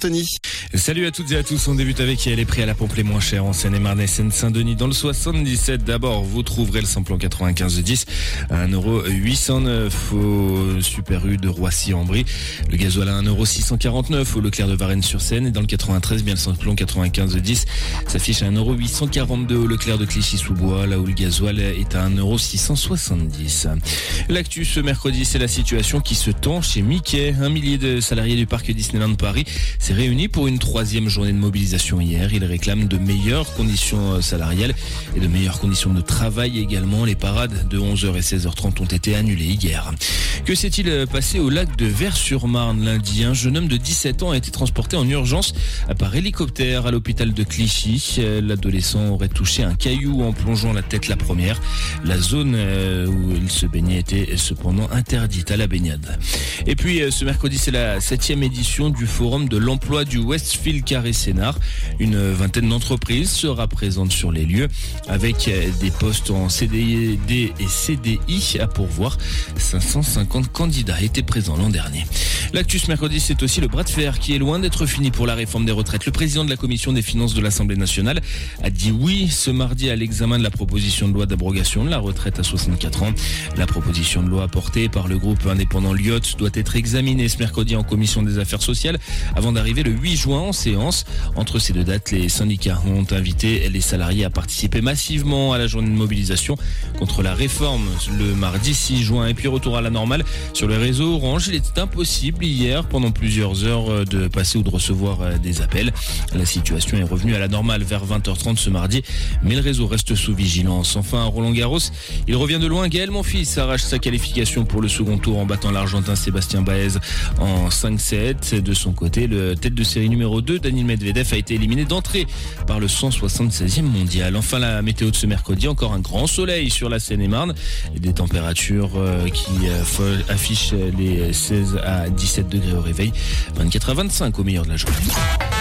Anthony. Salut à toutes et à tous, on débute avec les prix à la pompe les moins chers en Seine-et-Marne et Seine-Saint-Denis. Dans le 77 d'abord, vous trouverez le samplon 95 de 10 à 1,809 € au Super U de Roissy-en-Brie. Le gasoil à 1,649 € au Leclerc de Varennes-sur-Seine. Et dans le 93, bien le samplon 95 de 10 s'affiche à 1,842 € au Leclerc de Clichy-sous-Bois, là où le gasoil est à 1,670 €. L'actu ce mercredi, c'est la situation qui se tend chez Mickey. 1 millier de salariés du parc Disneyland Paris s'est réuni pour une 3e journée de mobilisation hier. Ils réclament de meilleures conditions salariales et de meilleures conditions de travail également. Les parades de 11h et 16h30 ont été annulées hier. Que s'est-il passé au lac de Vers-sur-Marne lundi? Un jeune homme de 17 ans a été transporté en urgence par hélicoptère à l'hôpital de Clichy. L'adolescent aurait touché un caillou en plongeant la tête la première. La zone où il se baignait était cependant interdite à la baignade. Et puis ce mercredi, c'est la 7e édition du forum de l'emploi du Westfield Carré Sénart. Une vingtaine d'entreprises sera présente sur les lieux avec des postes en CDD et CDI à pourvoir. 550 candidats étaient présents l'an dernier. L'actu ce mercredi, c'est aussi le bras de fer qui est loin d'être fini pour la réforme des retraites. Le président de la commission des finances de l'Assemblée nationale a dit oui ce mardi à l'examen de la proposition de loi d'abrogation de la retraite à 64 ans. La proposition de loi portée par le groupe indépendant Lyotte doit être examinée ce mercredi en commission des affaires sociales avant d'arriver le 8 juin en séance. Entre ces deux dates, les syndicats ont invité les salariés à participer massivement à la journée de mobilisation contre la réforme le mardi 6 juin. Et puis retour à la normale sur le réseau Orange. Il était impossible hier pendant plusieurs heures de passer ou de recevoir des appels. La situation est revenue à la normale vers 20h30 ce mardi, mais le réseau reste sous vigilance. Enfin, à Roland-Garros, il revient de loin. Gaël Monfils arrache sa qualification pour le second tour en battant l'Argentin Sébastien Baez en 5-7. De son côté, le tête de série numéro 2, Daniil Medvedev, a été éliminé d'entrée par le 176e mondial. Enfin, la météo de ce mercredi, encore un grand soleil sur la Seine-et-Marne. Des températures qui affichent les 16 à 17 degrés au réveil, 24 à 25 au meilleur de la journée.